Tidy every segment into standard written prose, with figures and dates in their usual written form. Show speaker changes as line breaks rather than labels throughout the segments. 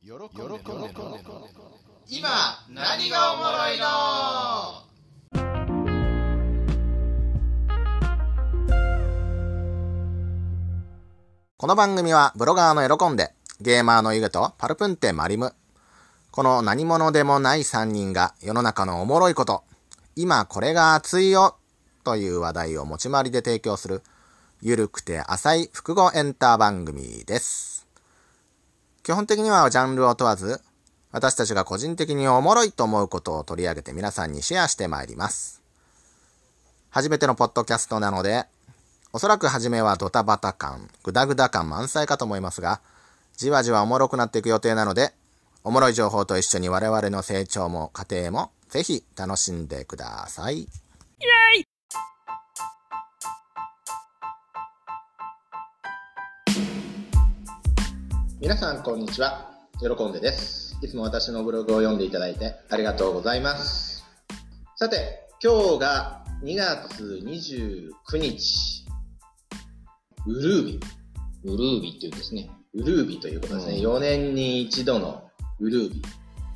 喜んで今何がおもろいの。
この番組はブロガーの喜んで、ゲーマーのイグとパルプンテマリム、この何者でもない3人が世の中のおもろいこと、今これが熱いよという話題を持ち回りで提供するゆるくて浅い複合エンター番組です。基本的にはジャンルを問わず、私たちが個人的におもろいと思うことを取り上げて皆さんにシェアしてまいります。初めてのポッドキャストなので、おそらく初めはドタバタ感、グダグダ感満載かと思いますが、じわじわおもろくなっていく予定なので、おもろい情報と一緒に我々の成長も過程もぜひ楽しんでください。イエーイ！
皆さんこんにちは、喜んでです。いつも私のブログを読んでいただいてありがとうございます。さて、今日が2月29日、ウルービ
っていうんですね。
ウルービということですね。4年に一度のウルービ。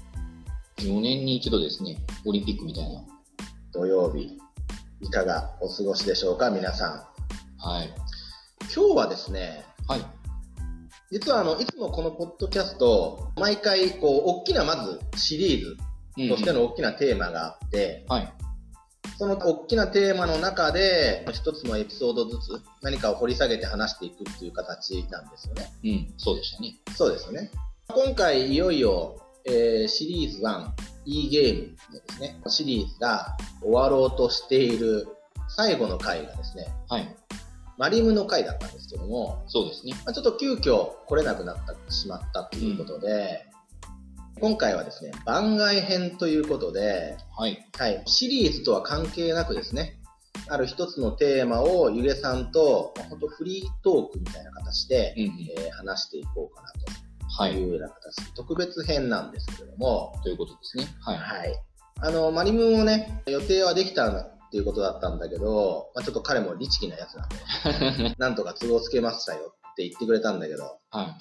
4年に一度ですね。オリンピックみたいな。
土曜日、いかがお過ごしでしょうか、皆さん。
はい。
今日はですね、
はい。
実はいつもこのポッドキャスト、毎回大きなまずシリーズとしての大きなテーマがあって、
はい。
その大きなテーマの中で一つのエピソードずつ何かを掘り下げて話していくっていう形なんですよね。
うん、そうでしたね。
そうですよね。今回いよいよ、シリーズ1 E ゲームのですね、シリーズが終わろうとしている最後の回がですね、
はい。
マリムの回だったんですけども、
そうですね。
ちょっと急遽来れなくなってしまったということで、今回はですね、番外編ということで、
はい。
はい、シリーズとは関係なくですね、ある一つのテーマをゆげさんと本当フリートークみたいな形で、話していこうかなというような形、特別編なんですけれども、
ということですね。はい。
はい。マリムもね、予定はできたっていうことだったんだけど、ちょっと彼も律儀なやつなんで、なんとか都合つけましたよって言ってくれたんだけど、
はい。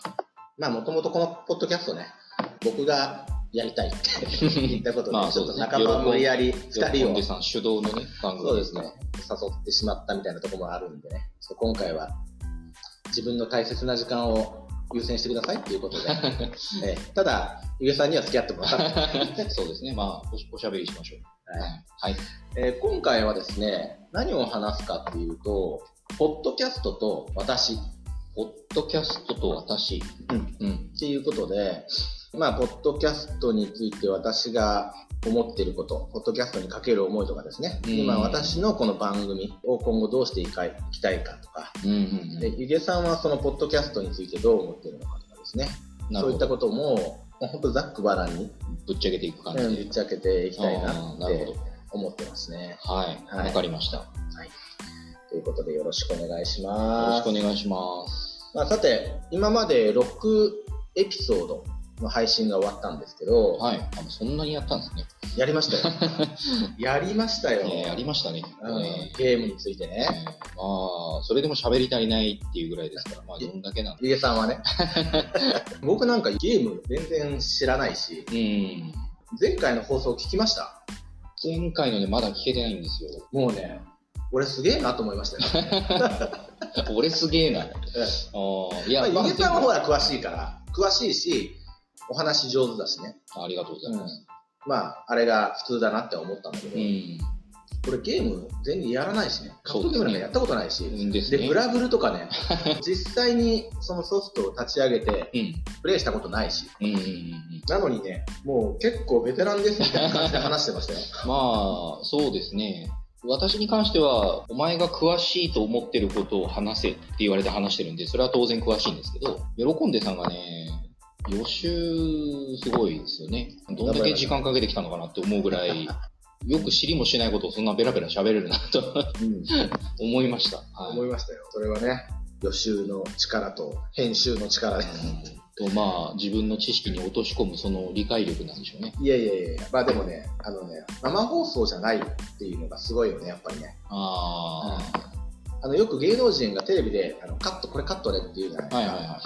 もともとこのポッドキャストね、僕がやりたいって言ったことで、ちょっと仲間無理やり2人を、
さん主導のね、番組
そうですね、誘ってしまったみたいなところもあるんでね、今回は自分の大切な時間を優先してくださいっていうことで、ただ、ゆげさんには付き合ってもらう。
そうですね、おしゃべりしましょう。
はい。今回はですね、何を話すかっていうと、ポッドキャストと私。
ポッドキャストと私。
っていうことで、ポッドキャストについて私が思っていること、ポッドキャストにかける思いとかですね、今私のこの番組を今後どうしていきたいかとか、ゆげさんはそのポッドキャストについてどう思っているのかとかですね、そういったことも本当ざっくばらんに
ぶっちゃけていく感じで、
ぶっちゃけていきたいなって思ってますね。
はい、わかりました。はい。
ということでよろしくお願いします。
よろしくお願いします。
さて、今まで6エピソードの配信が終わったんですけど、
はい。そんなにやったんですね。
やりましたよ。やりましたよ。
やりましたね。
ゲームについてね。
それでも喋り足りないっていうぐらいですから、どんだけなん
ゆげさんはね。僕なんかゲーム全然知らないし、前回の放送聞きました？
前回のね、まだ聞けてないんですよ。
もうね、俺すげえなと思いましたよ。
俺すげえな。
いや、ゆげさんはほら詳しいから、詳しいし、お話上手だしね。
ありがとうございます。
あれが普通だなって思ったんだけど、これゲーム全然やらないしね、格闘ゲームなんかやったことないし、でグラブルとかね、実際にそのソフトを立ち上げてプレイしたことないし、なのにね、もう結構ベテランですみたいな感じで話してましたよ。
そうですね。私に関しては、お前が詳しいと思ってることを話せって言われて話してるんで、それは当然詳しいんですけど、喜んでさんがね、予習すごいですよね。どんだけ時間かけてきたのかなって思うぐらい、よく知りもしないことをそんなベラベラ喋れるなと思いました。
思いましたよ。それはね、予習の力と編集の力で。
自分の知識に落とし込むその理解力なんでしょうね。
いや、でもね、生放送じゃないっていうのがすごいよね、やっぱりね。よく芸能人がテレビでこれカットでって言うじゃないですか。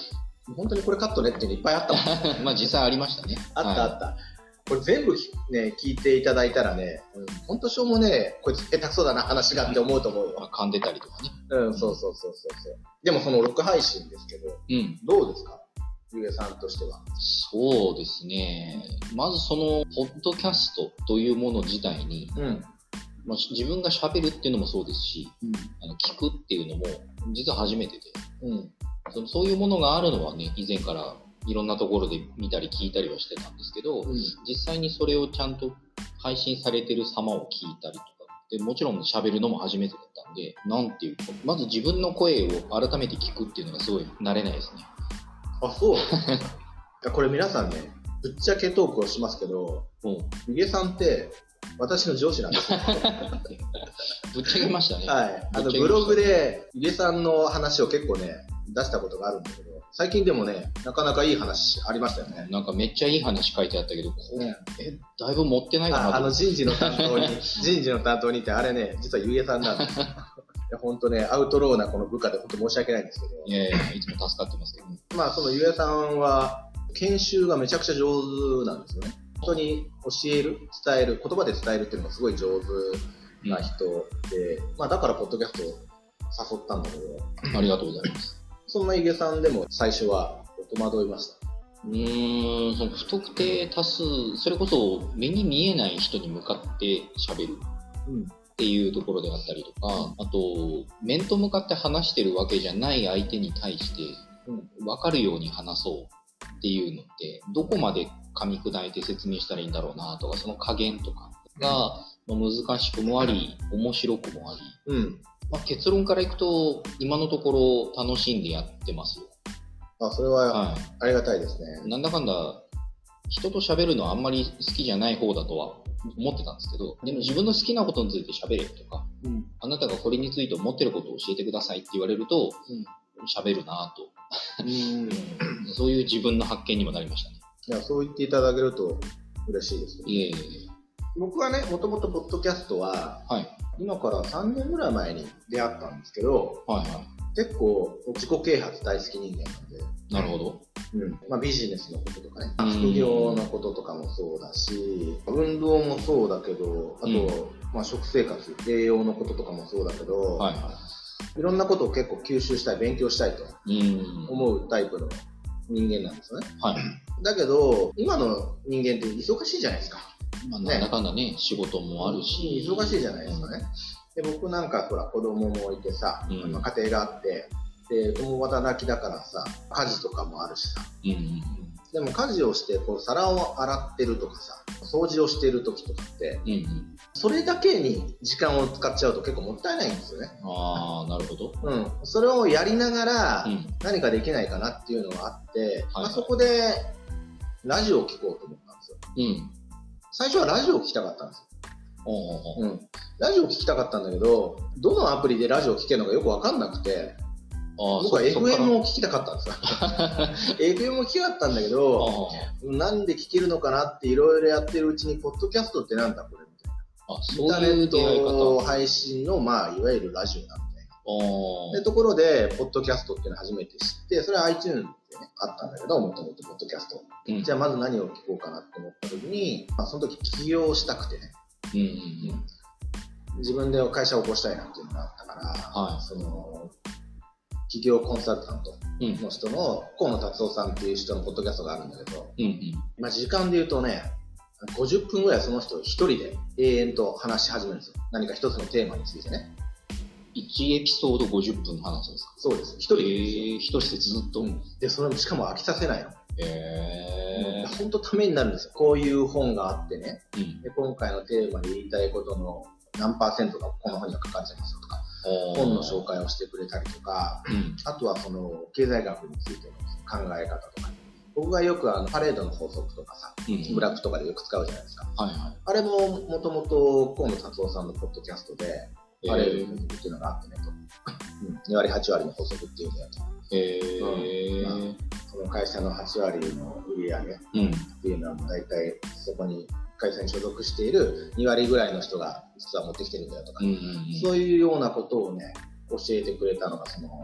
本当にこれカットねっていうのいっぱいあったもん。
まあ実際ありましたね。
あったあった。これ全部ね、聞いていただいたらね、本当しょうもね、こいつ下手くそだな話がって思うと思うよ。
噛んでたりとかね。
そう。でもその録配信ですけど、どうですか？ゆげさんとしては。
そうですね。まずその、ポッドキャストというもの自体に、まあ、自分が喋るっていうのもそうですし、聞くっていうのも実は初めてで、そういうものがあるのはね、以前からいろんなところで見たり聞いたりはしてたんですけど、実際にそれをちゃんと配信されてる様を聞いたりとか、でもちろん喋るのも初めてだったんで、なんていうか、まず自分の声を改めて聞くっていうのがすごい慣れないですね。
あ、そうこれ皆さんね、ぶっちゃけトークをしますけど、ゆげさんって私の上司なんですよ。
ぶっちゃけましたね。
はい。ブログでゆげさんの話を結構ね、出したことがあるんだけど、最近でもね、なかなかいい話ありましたよね。
なんかめっちゃいい話書いてあったけど、だいぶ持ってないかなと。
人事の担当にって、あれね、実はゆげさんなんですよ。本当ね、アウトローなこの部下で本当申し訳ないんですけど。
いやいや、いつも助かってますけどね。
まあ、そのゆげさんは、研修がめちゃくちゃ上手なんですよね。本当に教える、伝える、言葉で伝えるっていうのがすごい上手な人で、まあだからポッドキャストを誘ったんだけど。
ありがとうございます。
そんなゆげさんでも最初は戸惑いました。
その不特定多数、それこそ目に見えない人に向かって喋るっていうところであったりとか、あと面と向かって話してるわけじゃない相手に対して分かるように話そうっていうのってどこまで噛み砕いて説明したらいいんだろうなとか、その加減とかが難しくもあり面白くもあり、まあ、結論からいくと今のところ楽しんでやってますよ。
それはありがたいですね。
なんだかんだ人と喋るのはあんまり好きじゃない方だとは思ってたんですけど、でも自分の好きなことについて喋れとか、あなたがこれについて思ってることを教えてくださいって言われると喋るなとそういう自分の発見にもなりましたね。
いや、そう言っていただけると嬉しいですね。僕はね、もともとポッドキャストは、今から3年ぐらい前に出会ったんですけど、結構自己啓発大好き人間なんで。
なるほど。
まあ、ビジネスのこととかね、副業のこととかもそうだし、運動もそうだけど、あと、まあ、食生活、栄養のこととかもそうだけど、いろんなことを結構吸収したい、勉強したいと思うタイプの人間なんですよね。だけど、今の人間って忙しいじゃないですか。
なんだかんだね、仕事もあるし。
忙しいじゃないですかね。で、僕なんかほら、子供もいてさ、家庭があって、で、共働きだからさ、家事とかもあるしさ。でも家事をして、こう、皿を洗ってるとかさ、掃除をしてる時とかって、それだけに時間を使っちゃうと結構もったいないんですよね。
なるほど。
それをやりながら、何かできないかなっていうのがあって、そこで、ラジオを聞こうと思ったんですよ。最初はラジオを聞きたかったんですよ。ラジオを聞きたかったんだけど、どのアプリでラジオを聞けるのかよくわかんなくて、僕は FM を聞きたかったんですよ。FM を聞きたかったんだけど、なんで聞けるのかなっていろいろやってるうちに、ポッドキャストってなんだこれみたいな。インターネット配信の、まあ、いわゆるラジオなんみたいな。でところで、ポッドキャストっていうのを初めて知って、それは iTunes でね、あったんだけど、もともとポッドキャスト。じゃあまず何を聞こうかなって思った時に、まあ、その時起業したくてね。自分で会社を起こしたいなっていうのがあったから、その、企業コンサルタントの人の河野達夫さんっていう人のポッドキャストがあるんだけど、まあ時間で言うとね、50分ぐらいその人一人で永遠と話し始めるんですよ。何か一つのテーマについてね。
1エピソード50分話すんですか？
そうです。一人で。
一人でずっと。
で、それもしかも飽きさせないの。本当ためになるんですよ。こういう本があってね。で今回のテーマで言いたいことの何%がこの本には書かれてますよとか。本の紹介をしてくれたりとか、あとはその経済学についての考え方とか、僕がよくパレードの法則とかさ、ブラックとかでよく使うじゃないですか。あれももともと河野達夫さんのポッドキャストで、パレードの法則っていうのがあってねと、2割8割の法則っていうのやと、その会社の8割の売り上げっていうのは大体そこに会社に所属している2割ぐらいの人が実は持ってきてるんだよとか、そういうようなことをね、教えてくれたのがその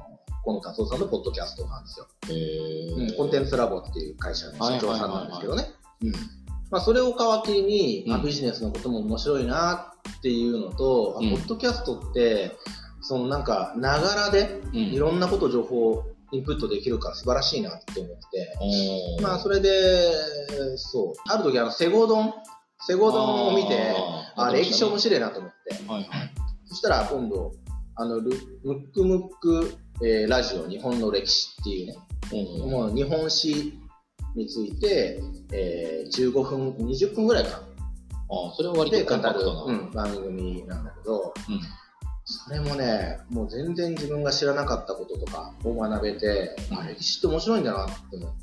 河野達夫さんのポッドキャストなんですよ。コンテンツラボっていう会社の社長さんなんですけどね。それを皮切りに、ビジネスのことも面白いなっていうのと、ポッドキャストって、なんか、ながらでいろんなこと情報インプットできるから素晴らしいなって思ってて、それで、ある時セゴドンを見て、歴史面白いなと思って、そしたら今度、ムックムック、ラジオ日本の歴史っていうね、もう日本史について、15分、20分ぐらいかな。
それは割とコンパクトな、
番組なんだけど、それもね、もう全然自分が知らなかったこととかを学べて、歴史って面白いんだなって思って、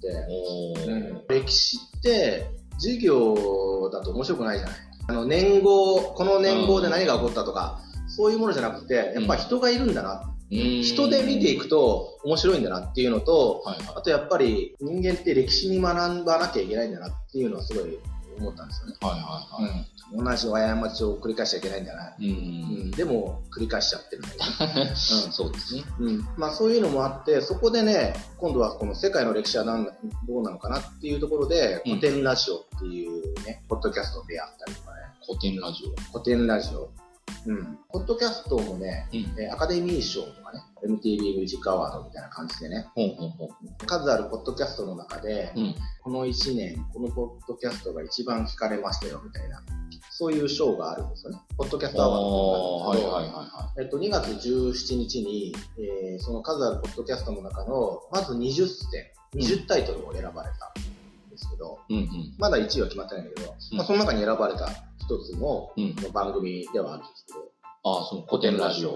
歴史って授業だと面白くないじゃない。年号、この年号で何が起こったとか、そういうものじゃなくて、やっぱ人がいるんだな。人で見ていくと面白いんだなっていうのと、あとやっぱり人間って歴史に学ばなきゃいけないんだなっていうのはすごい思ったんですよね。同じ過ちを繰り返しちゃいけないんだな。でも繰り返しちゃってるんだけど。
そうですね。
そういうのもあって、そこでね、今度はこの世界の歴史はどうなのかなっていうところで、古典ラジオっていうね、ポッドキャストでやったりとかね。
古典ラジオ。
ポッドキャストもね、アカデミー賞とかね、MTV ミュージックアワードみたいな感じでね、数あるポッドキャストの中で、この1年、このポッドキャストが一番聞かれましたよみたいな、そういう賞があるんですよね。ポッドキャストアワードってなんですけど、2月17日に、その数あるポッドキャストの中の、まず20タイトルを選ばれたんですけど、まだ1位は決まってないんだけど、その中に選ばれた一つの番組ではあるんですけど、
その古典ラジオ。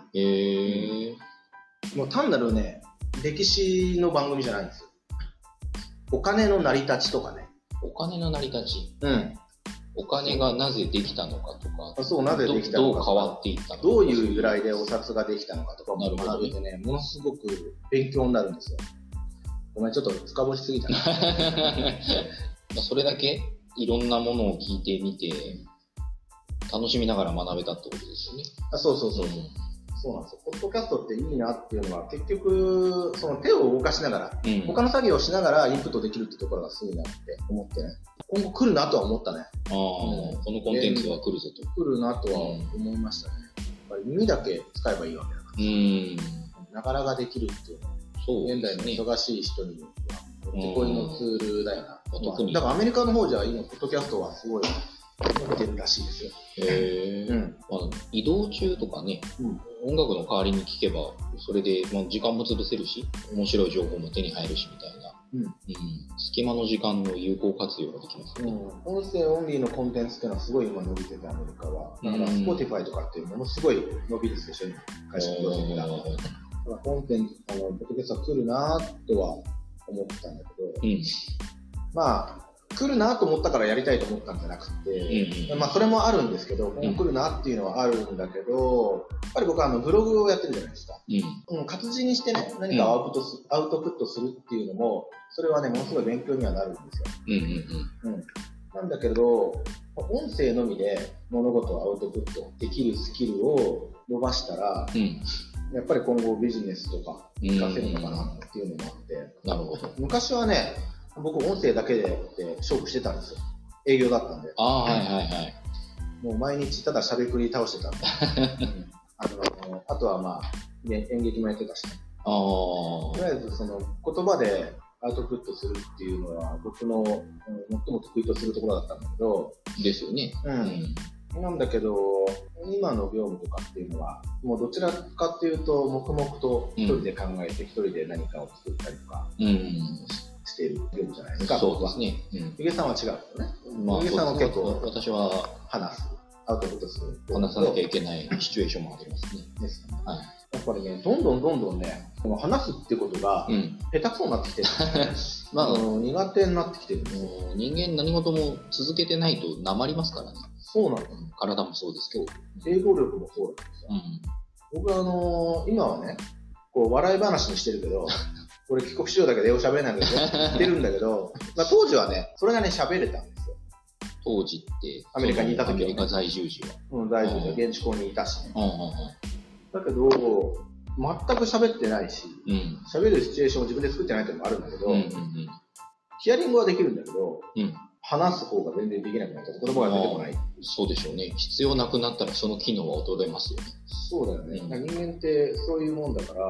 もう単なるね、歴史の番組じゃないんですよ。お金の成り立ちとかね。
お金の成り立ち。お金がなぜできたのかとか。
なぜできたのか。
どう変わっていったのか。
どういう由来でお札ができたのかとかも学べてね、ものすごく勉強になるんですよ。ごめん、ちょっと深掘りしすぎたな。
それだけいろんなものを聞いてみて、楽しみながら学べたってことですよね。
そうなんですよ。ポッドキャストっていいなっていうのは、結局、その手を動かしながら、他の作業をしながらインプットできるってところがすごいなって思ってね。今後来るなとは思ったね。
このコンテンツは来るぞと。
来るなとは思いましたね。やっぱり耳だけ使えばいいわけだから。ながらができるっていうのは、現代の忙しい人には、手こいのツールだよな。だからアメリカの方じゃ今、ポッドキャストはすごい伸びてるらしいですよ。
移動中とかね、音楽の代わりに聴けば、それで時間も潰せるし、面白い情報も手に入るしみたいな。隙間の時間の有効活用ができますね。
音声オンリーのコンテンツっていうのはすごい今伸びてて、アメリカは。だから、Spotify とかっていうものすごい伸び率でしょ、会社のプロジェクトだから。コンテンツ、ポッドキャストは来るなとは思ったんだけど、来るなと思ったからやりたいと思ったんじゃなくて、それもあるんですけど、来るなっていうのはあるんだけど、やっぱり僕はブログをやってるじゃないですか。活字にしてね、何かアウトプットするっていうのも、それはね、ものすごい勉強にはなるんですよ。なんだけど、音声のみで物事をアウトプットできるスキルを伸ばしたら、やっぱり今後ビジネスとか活かせるのかなっていうのもあって、
なるほど。
昔はね、僕音声だけで勝負してたんですよ。営業だったんで。もう毎日ただ喋くり倒してたんで。あとは演劇もやってたしね。とりあえずその言葉でアウトプットするっていうのは僕の最も得意とするところだったんだけど。
ですよね。
なんだけど、今の業務とかっていうのは、もうどちらかっていうと、黙々と一人で考えて、一人で何かを作ったりとかしている業務じゃないですか。
そうですね。
ヒゲさんは違うよね。ヒゲさんは結構、
私は
話す。アウトプットする。
話さなきゃいけないシチュエーションもありますね。
ですね。やっぱりね、どんどんね、この話すってことが、下手くそになってきてる。苦手になってきてるんですよ。
人間何事も続けてないとなまりますからね。
そうなんだ。
体もそうですけど。
英語力もそうなんですよ。僕は今はね、こう笑い話にしてるけど、俺帰国しようだけど英語喋れないんだけど、言ってるんだけど、当時はね、それがね、喋れたんですよ。
当時って、
アメリカにいた時は、
アメリカ在住時は。
在住時は現地校にいたしね。だけど、 全く喋ってないし、喋るシチュエーションを自分で作ってないっていうのもあるんだけど、ヒアリングはできるんだけど、話す方が全然できなくなっちゃって、言葉が出てこない。
そうでしょうね。必要なくなったらその機能は衰えますよね。
そうだよね。人間ってそういうもんだから、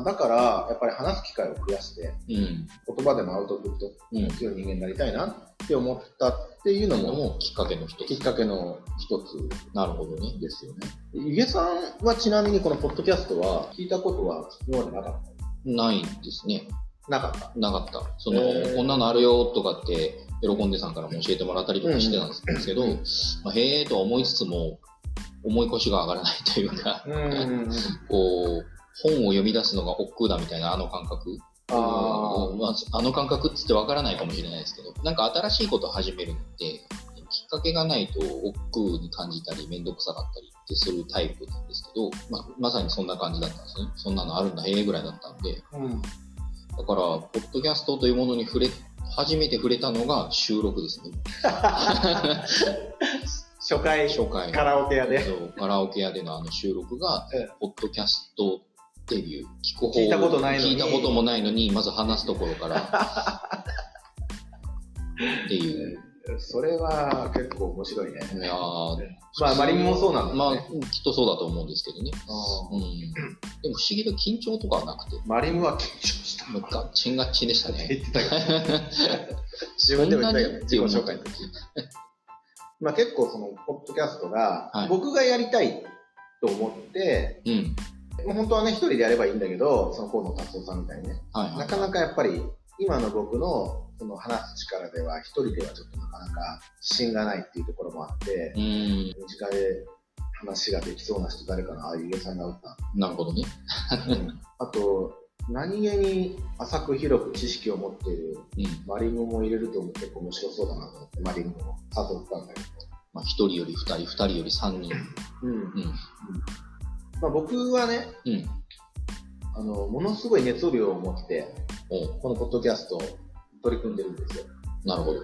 だからやっぱり話す機会を増やして、言葉でもアウトプットできる人間になりたいなって思ったっていうのも
きっかけの一つ。
なるほどね。ですよね。ゆげさんはちなみにこのポッドキャストは聞いたことは今までなかった？
ないですね。
なかった。
こんなのあるよとかって、喜んでさんからも教えてもらったりとかしてたんですけど、へえとは思いつつも、思い越しが上がらないというか、こう、本を読み出すのが億劫だみたいなあの感覚。あの感覚っつってわからないかもしれないですけど、なんか新しいことを始めるのって、きっかけがないと億劫に感じたり、めんどくさかったりってするタイプなんですけど、まさにそんな感じだったんですね。そんなのあるんだ、へえぐらいだったんで。だから、ポッドキャストというものに初めて触れたのが収録ですね。
初回カラオケ屋で。
カラオケ屋での収録が、ポッドキャストデビュー。
聞いたこと
もないのに、まず話すところから。っていう。
それは結構面白いね。
いや
マリンもそうなんだね。
きっとそうだと思うんですけどね。でも不思議と緊張とかはなくて。
マリンは緊張した。
ガッチンガッチンでしたね。
言ってたけど。自分でも言ったけどね、自己紹介の時。結構その、ポッドキャストが、僕がやりたいと思って、本当はね、一人でやればいいんだけど、その河野達夫さんみたいにね。なかなかやっぱり、今の僕のその話す力では、一人ではちょっとなかなか自信がないっていうところもあって、身近で話ができそうな人誰かな、ゆげさんが打った。
なるほどね。
あと、何気に浅く広く知識を持っているマリンゴも入れると結構面白そうだなと思って、マリンゴを誘ったんだけど。
1人より2人、2人より3人。
僕はね、ものすごい熱量を持って、このポッドキャストを取り組んでるんですよ。
なるほど。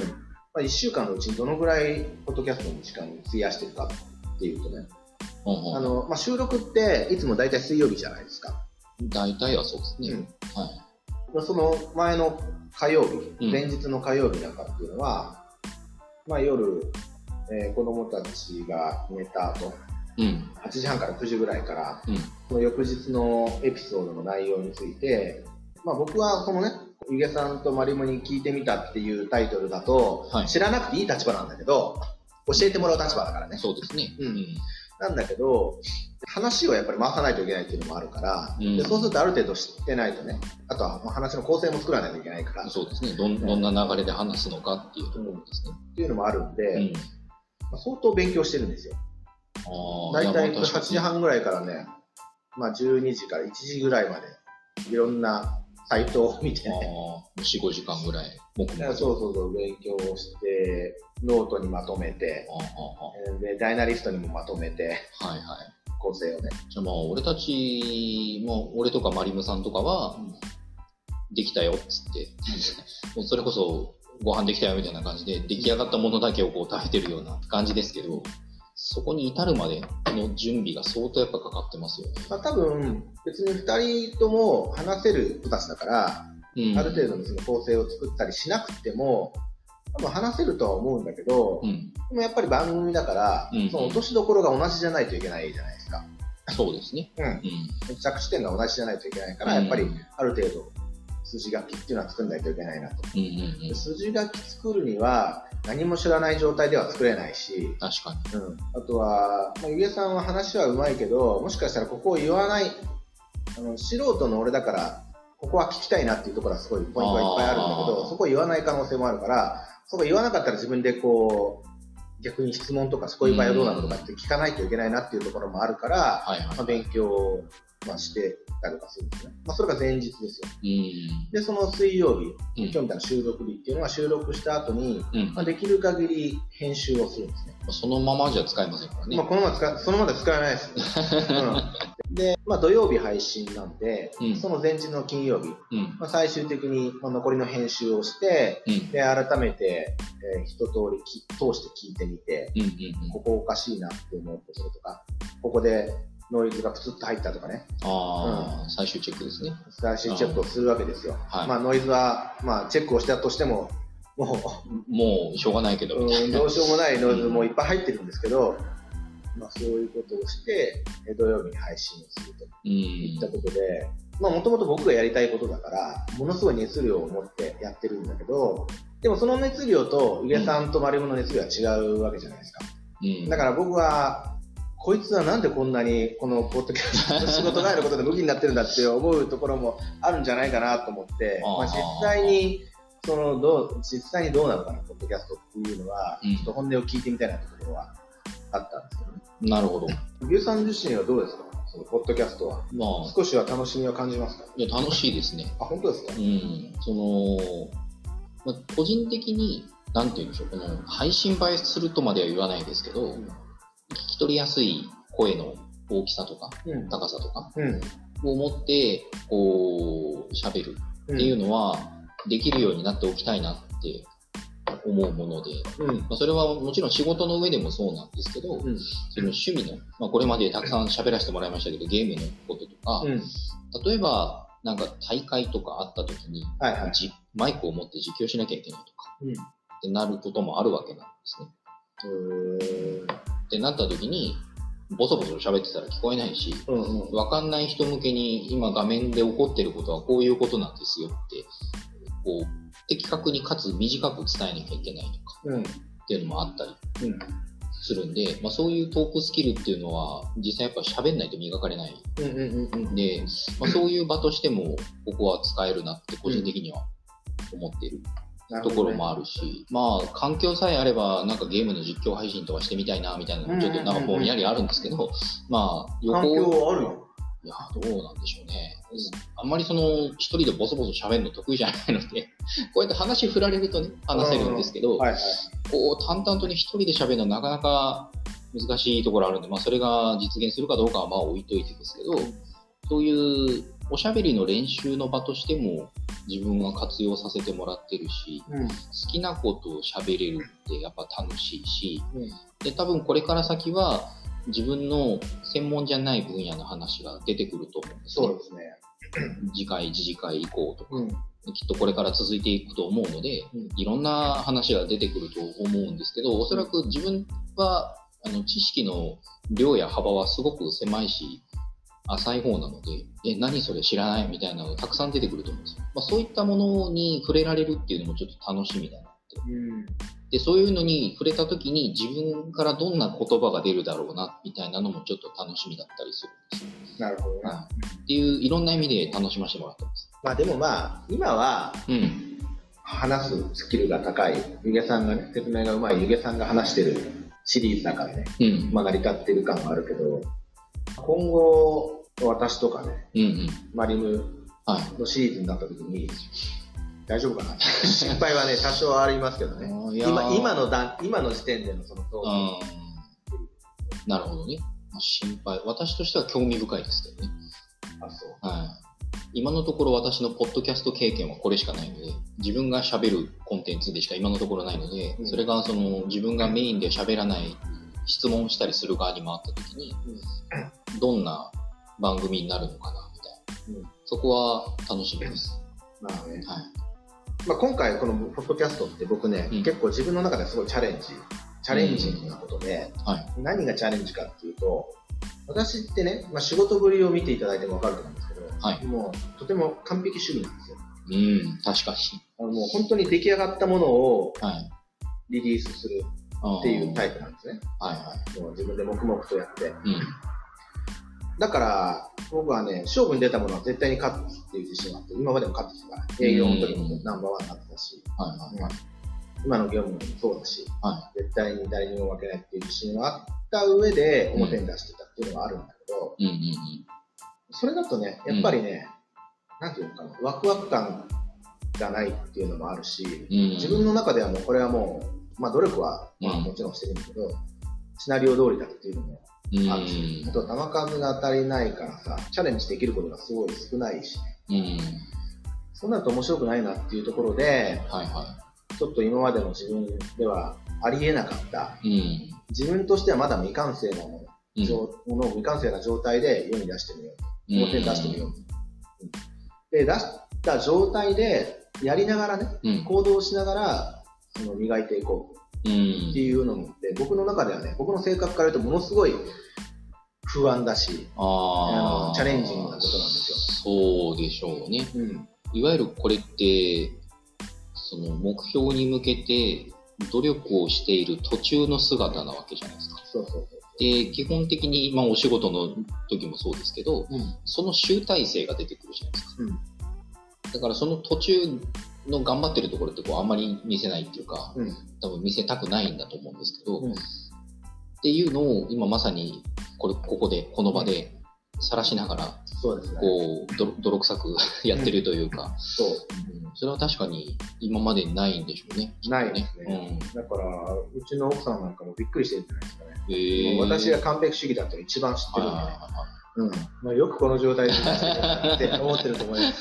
1週間のうちにどのぐらいポッドキャストの時間に費やしてるかっていうとね、収録っていつも大体水曜日じゃないですか。
大体はそうですね。
その前の火曜日、前日の火曜日なんかっていうのは、夜、子供たちが寝た後、8時半から9時ぐらいから、その翌日のエピソードの内容について、僕はこのね、ゆげさんとマリモに聞いてみたっていうタイトルだと、知らなくていい立場なんだけど、教えてもらう立場だからね。
そうですね。
なんだけど、話をやっぱり回さないといけないっていうのもあるから、でそうするとある程度知ってないとね、あとは話の構成も作らないといけないから。
そうですね。どんな流れで話すのかっていうところですね。
っていうのもあるんで、相当勉強してるんですよ。だいたい8時半ぐらいからね、12時から1時ぐらいまで、いろんなサイトを見て、
4、5時間ぐらい。
そう勉強して、ノートにまとめて、でダイナリストにもまとめて、構成をね。
じゃあ俺たちも、俺とかマリムさんとかは、できたよっつって、もうそれこそご飯できたよみたいな感じで、出来上がったものだけをこう食べてるような感じですけど、そこに至るまでの準備が相当やっぱかかってますよね。
多分、別に2人とも話せる人たちだから、ある程度のその構成を作ったりしなくても、多分話せるとは思うんだけど、でもやっぱり番組だから、その落としどころが同じじゃないといけないじゃないですか。
そうですね。
着地点が同じじゃないといけないから、やっぱりある程度筋書きっていうのは作んないといけないなと。筋書き作るには何も知らない状態では作れないし、
確かに。
あとは、ゆげさんは話は上手いけど、もしかしたらここを言わない、素人の俺だから、ここは聞きたいなっていうところはすごいポイントがいっぱいあるんだけど、そこを言わない可能性もあるから、そこ言わなかったら自分でこう、逆に質問とか、こういう場合はどうなのとかって聞かないといけないなっていうところもあるから、勉強してたりとかするんですね。それが前日ですよ。で、その水曜日、今日みたいな収録日っていうのは収録した後に、できる限り編集をするんですね。
そのままじゃ使えませんからね。
そのままで使えないです。で、土曜日配信なんで、その前日の金曜日、最終的に残りの編集をして、で、改めて、一通り通して聞いてみて、ここおかしいなって思うところとか、ここでノイズがプツッと入ったとかね。
最終チェックですね。
最終チェックをするわけですよ。ノイズは、チェックをしたとしても、も
うしょうがないけど、
どうしようもないノイズもいっぱい入ってるんですけど、そういうことをして、土曜日に配信をするといったことで、もともと僕がやりたいことだから、ものすごい熱量を持ってやってるんだけど、でもその熱量と、ゆげさんとマリモの熱量は違うわけじゃないですか。だから僕は、こいつはなんでこんなにこのポッドキャスト仕事があることで向きになってるんだって思うところもあるんじゃないかなと思って、実際にどうなのかな、ポッドキャストっていうのは、ちょっと本音を聞いてみたいなところはあったんですけどね。
なるほど。
ゆげさん自身はどうですか、そのポッドキャストは。少しは楽しみは感じますか？
いや、楽しいですね。
本当ですか？
個人的に、なんて言うんでしょう、この配信映えするとまでは言わないですけど、聞き取りやすい声の大きさとか、高さとかを持ってこう喋るっていうのはできるようになっておきたいなって思うもので、それはもちろん仕事の上でもそうなんですけど、その趣味の、これまでたくさん喋らせてもらいましたけど、ゲームのこととか、例えばなんか大会とかあった時に、マイクを持って実況しなきゃいけないとか、ってなることもあるわけなんですね。ってなった時にボソボソ喋ってたら聞こえないし、分かんない人向けに今画面で起こってることはこういうことなんですよってこう的確にかつ短く伝えなきゃいけないとか、っていうのもあったりするんで、そういうトークスキルっていうのは実際やっぱ喋んないと磨かれないで、そういう場としてもここは使えるなって個人的には思っているところもあるし、環境さえあればなんかゲームの実況配信とかしてみたいなみたいなのもちょっとなんかぼんやりあるんですけど、
環境あるよ。
いや、どうなんでしょうね。あんまり一人でボソボソ喋るの得意じゃないので、こうやって話振られるとね、話せるんですけど、こう淡々とね、一人で喋るのはなかなか難しいところあるんで、それが実現するかどうかは置いといてですけど、そういうおしゃべりの練習の場としても自分は活用させてもらってるし、好きなことをしゃべれるってやっぱ楽しいし、で多分これから先は自分の専門じゃない分野の話が出てくると思うんですね。
そうですね。
次回以降とか、きっとこれから続いていくと思うので、いろんな話が出てくると思うんですけど、おそらく自分は知識の量や幅はすごく狭いし浅い方なので、何それ知らないみたいなのがたくさん出てくると思うんですよ。そういったものに触れられるっていうのもちょっと楽しみだなって。で、そういうのに触れた時に自分からどんな言葉が出るだろうなみたいなのもちょっと楽しみだったりするんですよ。
なるほどな。
っていういろんな意味で楽しませてもらってます。
でも今は、話すスキルが高いゆげさんがね、説明がうまいゆげさんが話してるシリーズだからね、成り立ってる感はあるけど、今後私とかね、マリムのシリーズになった時に、大丈夫かな心配はね多少ありますけどね。今の時点でのその通り。
なるほどね。心配、私としては興味深いですけどね。今のところ私のポッドキャスト経験はこれしかないので、自分が喋るコンテンツでしか今のところないので、それが自分がメインで喋らない質問したりする側に回った時に、どんな番組になるのかなみたいな、そこは楽しみです。
今回このポッドキャストって僕ね、結構自分の中ですごいチャレンジングなことで、何がチャレンジかっていうと、私ってね、仕事ぶりを見ていただいても分かると思うんですけど、もうとても完璧主義なんですよ。
確かに。
もう本当に出来上がったものをリリースするっていうタイプなんですね。もう自分で黙々とやって。だから僕はね、勝負に出たものは絶対に勝つっていう自信があって、今までも勝ってきたから、営業の時もナンバーワンになってたし、今の業務もそうだし、絶対に誰にも負けないっていう自信があった上で表に出してたっていうのがあるんだけど、それだとね、やっぱりね、なんていうのかな、ワクワク感がないっていうのもあるし、自分の中ではもうこれはもう、努力はもちろんしてるんだけど、シナリオ通りだっていうのもあるし、あと球数が足りないからさ、チャレンジできることがすごい少ないし、そうなると面白くないなっていうところで、ちょっと今までの自分ではありえなかった、自分としてはまだ未完成なものっものを未完成な状態で世に出してみよう。表に出してみよう。で、出した状態で、やりながらね、行動しながら、磨いていこうっていうのって、僕の中ではね、僕の性格から言うとものすごい不安だし、チャレンジングなことなんですよ。
そうでしょうね。いわゆるこれって、その目標に向けて努力をしている途中の姿なわけじゃないですか。で、基本的に、お仕事の時もそうですけど、その集大成が出てくるじゃないですか。だからその途中の頑張ってるところってあんまり見せないっていうか、多分見せたくないんだと思うんですけど、っていうのを今まさにここでこの場で晒しながら、泥臭くやってるというか、それは確かに今までないんでしょうね。
ないですね。だからうちの奥さんなんかもびっくりしてるんじゃないですかね。私が完璧主義だと一番知ってるんでね。よくこの状態でって思ってると思います。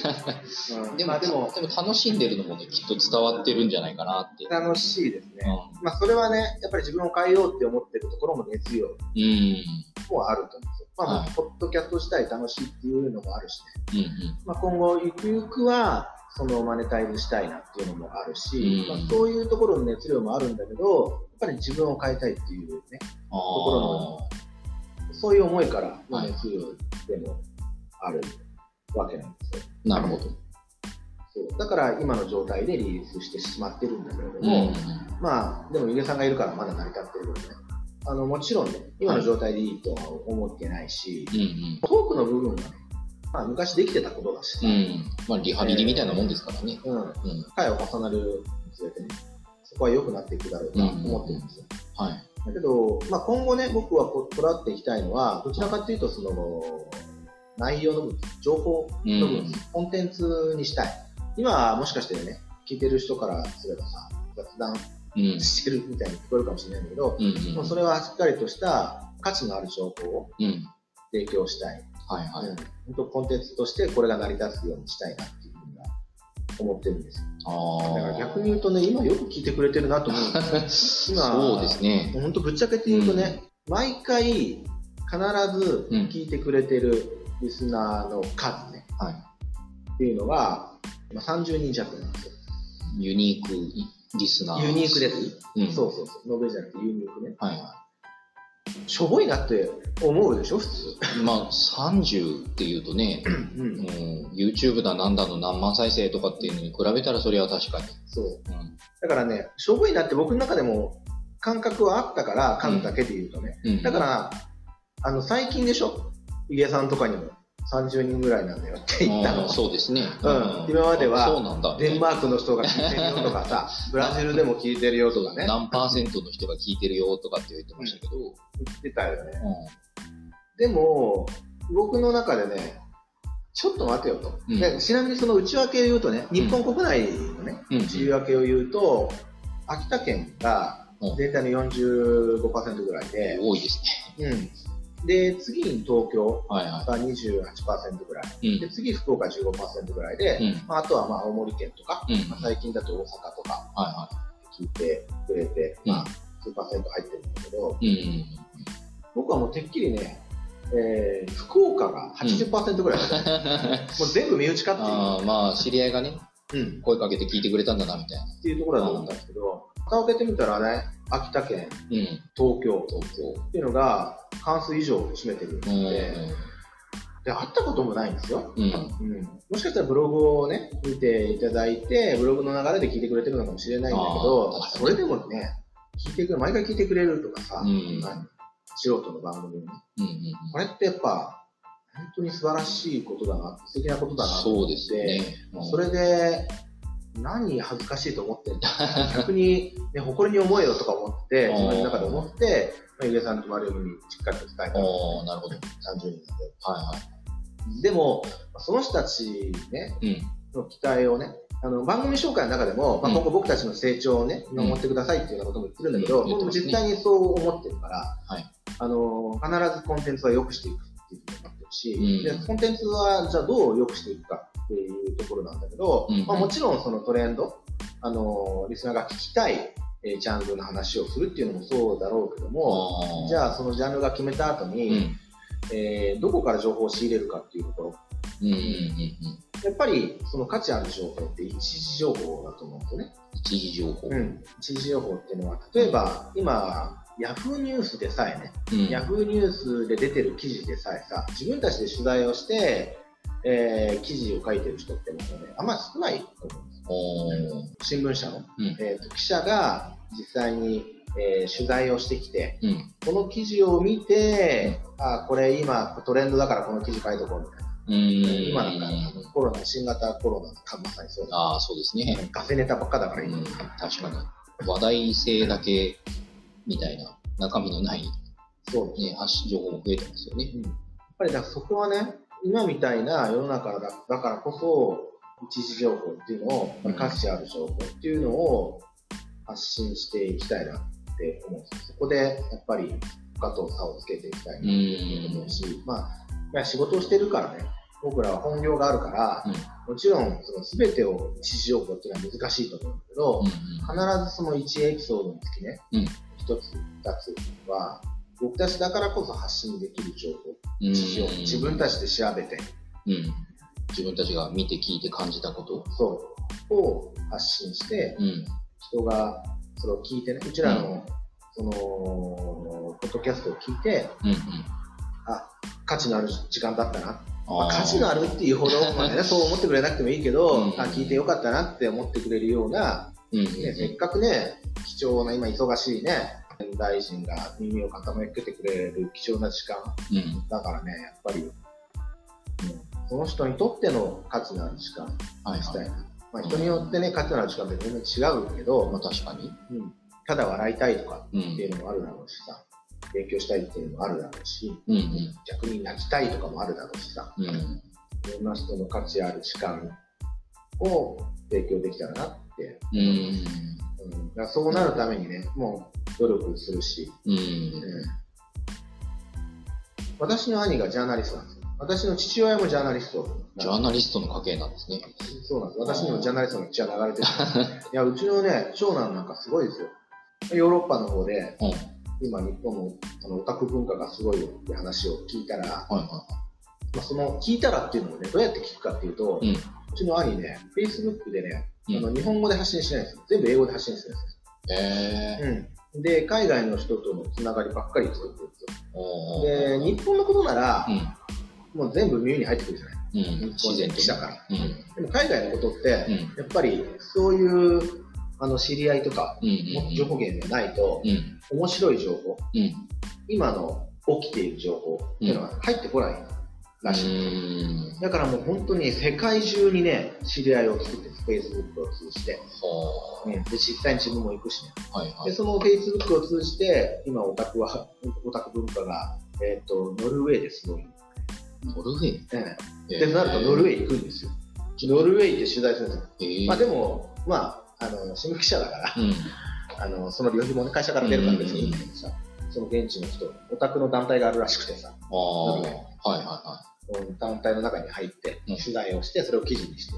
でも楽しんでるのもね、きっと伝わってるんじゃないかなって。
楽しいですね。それはね、やっぱり自分を変えようって思ってるところも根強い。もあると思うんですよ。ポッドキャスト自体楽しいっていうのもあるしね。今後ゆくゆくはマネタイズしたいなっていうのもあるし、そういうところの熱量もあるんだけど、やっぱり自分を変えたいっていうね、ところのそういう思いから熱量でもあるわけなんですよ。
なるほど。
だから今の状態でリリースしてしまってるんだけれども、でもゆげさんがいるからまだ成り立ってるよね。もちろんね、今の状態でいいとは思ってないし、トークの部分はね、昔できてたことだし、
リハビリみたいなもんですからね。
回を重なるにつれてね、そこは良くなっていくだろうと思ってるんですよ。だけど、今後ね、僕はこだわっていきたいのは、どちらかというと内容の部分、情報の部分、コンテンツにしたい。今はもしかしてね、聞いてる人からすればさ、雑談してるみたいに聞こえるかもしれないんだけど、もうそれはしっかりとした価値のある情報を提供したい。本当コンテンツとしてこれが成り立つようにしたいなっていうふうには思ってるんですよ。だから逆に言うとね、今よく聞いてくれてるなと思うんですよ。今、
そうですね。
本当ぶっちゃけて言うとね、毎回必ず聞いてくれてるリスナーの数ね、っていうのが30人弱なんですよ。
ユニークリスナー。
ユニークです。そう。ノベじゃなくてユニークね。しょぼいなって思うでしょ、普通。
30っていうとね、YouTube だなんだの何万再生とかっていうのに比べたらそれは確かに。
だからね、しょぼいなって僕の中でも感覚はあったから、数だけで言うとね。だから、最近でしょ、ヒゲさんとかにも30人ぐらいなんだよって言ったの。
そうですね。
今までは、デンマークの人が聞いてるよとかさ、ブラジルでも聞いてるよとかね。
何%の人が聞いてるよとかって言ってましたけど。
言ってたよね。でも、僕の中でね、ちょっと待てよと。ちなみにその内訳を言うとね、日本国内のね、内訳を言うと、秋田県が全体の 45% ぐらいで。
多いですね。
で、次に東京が 28% ぐらい。で、次福岡 15% ぐらいで、あとは青森県とか、最近だと大阪とか聞いてくれて、数%入ってるんだけど、僕はもうてっきりね、福岡が 80% ぐらいもう全部身内かっていう。
知り合いがね、声かけて聞いてくれたんだなみたいな。
っていうところだと思ったんですけど、蓋を開けてみたらね、秋田県、東京っていうのが半数以上占めてるので、会ったこともないんですよ。もしかしたらブログをね、見ていただいて、ブログの流れで聞いてくれてるのかもしれないんだけど、それでもね、毎回聞いてくれるとかさ、素人の番組にね、これってやっぱ、本当に素晴らしいことだな、素敵なことだなと思って、それで、何恥ずかしいと思ってんだ逆に、ね、誇りに思えよとか思って、自分の中で思って、ゆげさんと丸山にしっかりと伝えたんですよ。
なるほど。30
人で。でも、その人たちね、の期待をね、番組紹介の中でも、今後僕たちの成長をね、見守ってくださいっていうようなことも言ってるんだけど、僕も実際にそう思ってるから、必ずコンテンツは良くしていくっていうふうになってるし、でコンテンツはじゃあどう良くしていくかっていうところなんだけど、もちろんそのトレンド、リスナーが聞きたいジャンルの話をするっていうのもそうだろうけども、じゃあそのジャンルが決めた後に、どこから情報を仕入れるかっていうところ、やっぱりその価値ある情報って一時情報だと思うんですよね。
一時情報。
一時情報っていうのは、例えば今ヤフーニュースでさえね、ヤフーニュースで出てる記事でさえさ、自分たちで取材をして、記事を書いてる人ってもうね、あんまり少ないと思うんです。新聞社の、記者が実際に、取材をしてきて、この記事を見て、これ今トレンドだからこの記事書いとこうみたいな。今なんかコロナ、新型コロナがまさにそうだ。
そうですね。
ガセネタばっかだから今。
確かに。話題性だけみたいな、中身のない、発信情報も増えてますよね。
やっぱりだからそこはね、今みたいな世の中だからこそ、一時情報っていうのを、価値ある情報っていうのを発信していきたいなって思うんです。そこでやっぱり他と差をつけていきたいなと思うし、仕事をしてるからね、僕らは本業があるから、もちろんその全てを一時情報っていうのは難しいと思うんだけど、必ずその1エピソードにつきね、1つ、2つは、僕たちだからこそ発信できる情報、自分たちで調べて、
自分たちが見て聞いて感じたこと
を発信して、人がそれを聞いてね、うちらのそのポッドキャストを聞いて、価値のある時間だったな、価値のあるっていうほどまでね、そう思ってくれなくてもいいけど、聞いてよかったなって思ってくれるような、せっかくね、貴重な今忙しいね、大臣が耳を傾けてくれる貴重な時間、だからね、やっぱり、その人にとっての価値のある時間にしたいな。人によってね、価値のある時間って全然違うけど、
確かに、
ただ笑いたいとかっていうのもあるだろうしさ、勉強したいっていうのもあるだろうし、逆に泣きたいとかもあるだろうしさ、いろんな人の価値ある時間を提供できたらなって思います。そうなるためにね、もう努力するし、私の兄がジャーナリストなんですよ。私の父親もジャーナリスト。
ジャーナリストの家系なんですね。
そうなんです。私にもジャーナリストの血が流れてる。いや、うちのね、長男なんかすごいですよ。ヨーロッパの方で、今日本のオタク文化がすごいよって話を聞いたら、その聞いたらっていうのをね、どうやって聞くかっていうと、うちの兄ね、Facebook でね、日本語で発信しないんですよ。全部英語で発信するんですよ。で、海外の人とのつながりばっかり作ってるんですよ。で、日本のことなら、もう全部耳に入ってくるじゃない。自然としたから。でも海外のことって、やっぱりそういう知り合いとか、情報源がないと、面白い情報、今の起きている情報っていうのは入ってこないらしい。だからもう本当に世界中にね、知り合いを作って、Facebook を通じて、で実際に自分も行くしね。でその Facebook を通じて、今オタク文化が、ノルウェーですごい。
ノルウェー
で、なるとノルウェー行くんですよ。ノルウェーで取材するんですよ。でも、新聞記者だから、その旅費も、ね、会社から出るから別にいいんだけどさ、その現地の人、オタクの団体があるらしくてさ、団体の中に入って取材をして、それを記事にして、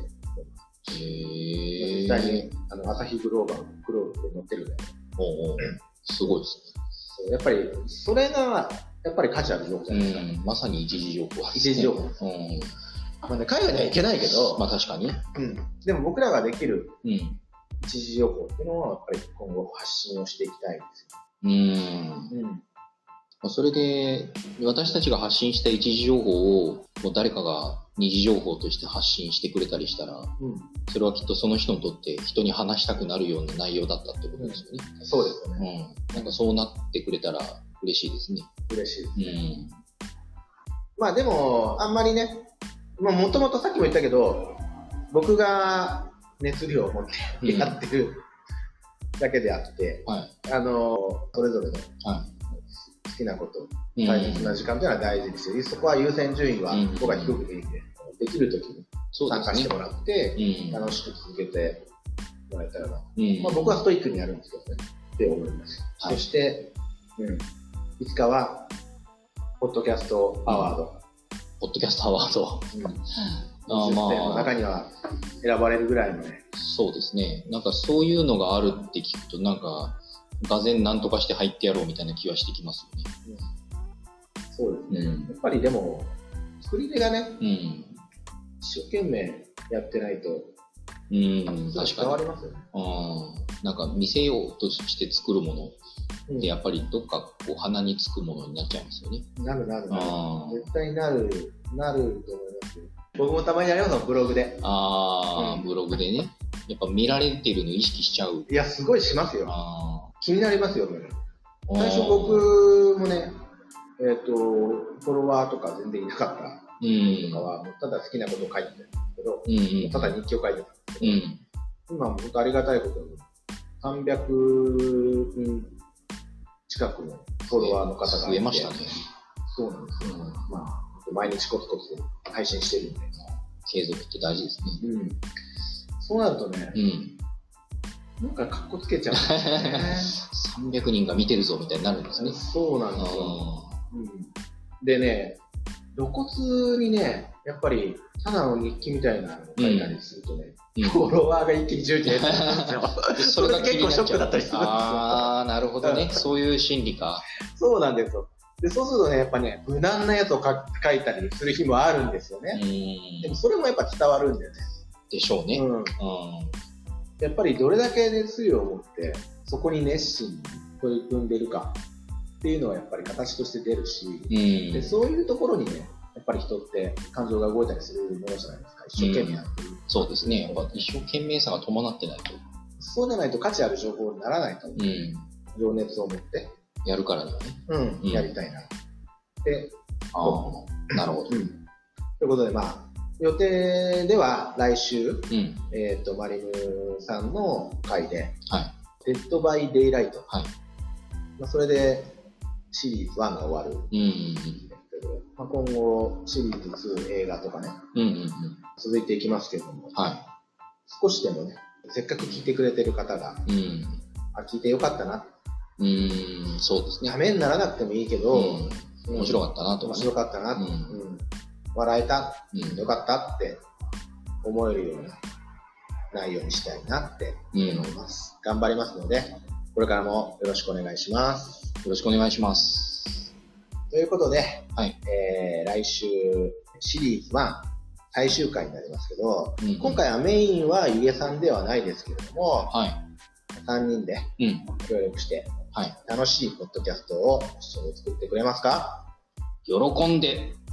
実際に朝日グローブで載ってるんだよ。
すごいです
ね。やっぱり、それが、やっぱり価値ある情報じゃないですか。
まさに一時情報。
一時情報。海外には行けないけど、
確かに。
でも僕らができる一時情報っていうのは、やっぱり今後発信をしていきたいですよ。
それで、私たちが発信した一時情報を、もう誰かが二次情報として発信してくれたりしたら、それはきっとその人にとって人に話したくなるような内容だったってことですよね。
そうですよね。
なんかそうなってくれたら嬉しいですね。
嬉しいですね。でも、あんまりね、もともとさっきも言ったけど、僕が熱量を持ってやってるだけであって、それぞれの好きなこと、大切な時間というのは大事ですよ。そこは優先順位は僕は低くでいいんで、できるときに参加してもらって、楽しく続けてもらえたらな。僕はストイックにやるんですけどね、って思います。そして、いつかは、ポッドキャストアワード。
ポッドキャストアワード。
50選の中には選ばれるぐらいのね。
そうですね。なんかそういうのがあるって聞くと、なんか、がぜんなんとかして入ってやろうみたいな気はしてきますよね。
そうですね。やっぱりでも、作り手がね、一生懸命やってないと、
確かに。
変わりますよね。
なんか見せようとして作るもので、やっぱりどっかこう鼻につくものになっちゃいますよね。
なる。絶対なると思いますよ。僕もたまにやりますもん、ブログで。
ブログでね。やっぱ見られてるの意識しちゃう。
いや、すごいしますよ。気になりますよ、最初僕もね、フォロワーとか全然いなかったとかは、ただ好きなことを書いてたんですけど、ただ日記を書いてたんですけど、今は本当ありがたいことに、300人近くのフォロワーの方が
増えましたね。
そうなんですよ。毎日コツコツ配信してるんで。
継続って大事ですね。
そうなるとね、なんかカッコつけちゃうんですね。
300人が見てるぞみたいになるんですね。
そうなんですよ。でね、露骨にね、やっぱりただの日記みたいなのを書いたりするとね、フォロワーが一気に10人減るんですよ。それが結構ショックだったりするんですよ。
なるほどね。そういう心理か。
そうなんですよ。で、そうするとね、やっぱね、無難なやつを書いたりする日もあるんですよね。でもそれもやっぱ伝わるんだよね。
でしょうね。
やっぱりどれだけ熱量を持ってそこに熱心に取り組んでるかっていうのはやっぱり形として出るし、でそういうところにね、やっぱり人って感情が動いたりするものじゃないですか。一生懸命やってる。
そうですね。やっぱ一生懸命さが伴ってないと。
そうじゃないと価値ある情報にならないと思う。情熱を持って
やるからにはね。
やりたいな。で、
なるほど。
ということで、予定では来週、マリムさんの回で、デッドバイデイライト。それでシリーズ1が終わる。今後シリーズ2映画とかね、続いていきますけれども、少しでもね、せっかく聞いてくれてる方が、聞いてよかったな。
そうですね。
ためにならなくてもいいけど、
面白かったなとか、
面白かったな、笑えた、よかったって思えるような内容にしたいなって思います。頑張りますので、これからもよろしくお願いします。
よろしくお願いします。
ということで、来週シリーズ1最終回になりますけど、今回はメインはゆげさんではないですけれども、3人で協力して、楽しいポッドキャストを一緒に作ってくれますか？
喜んで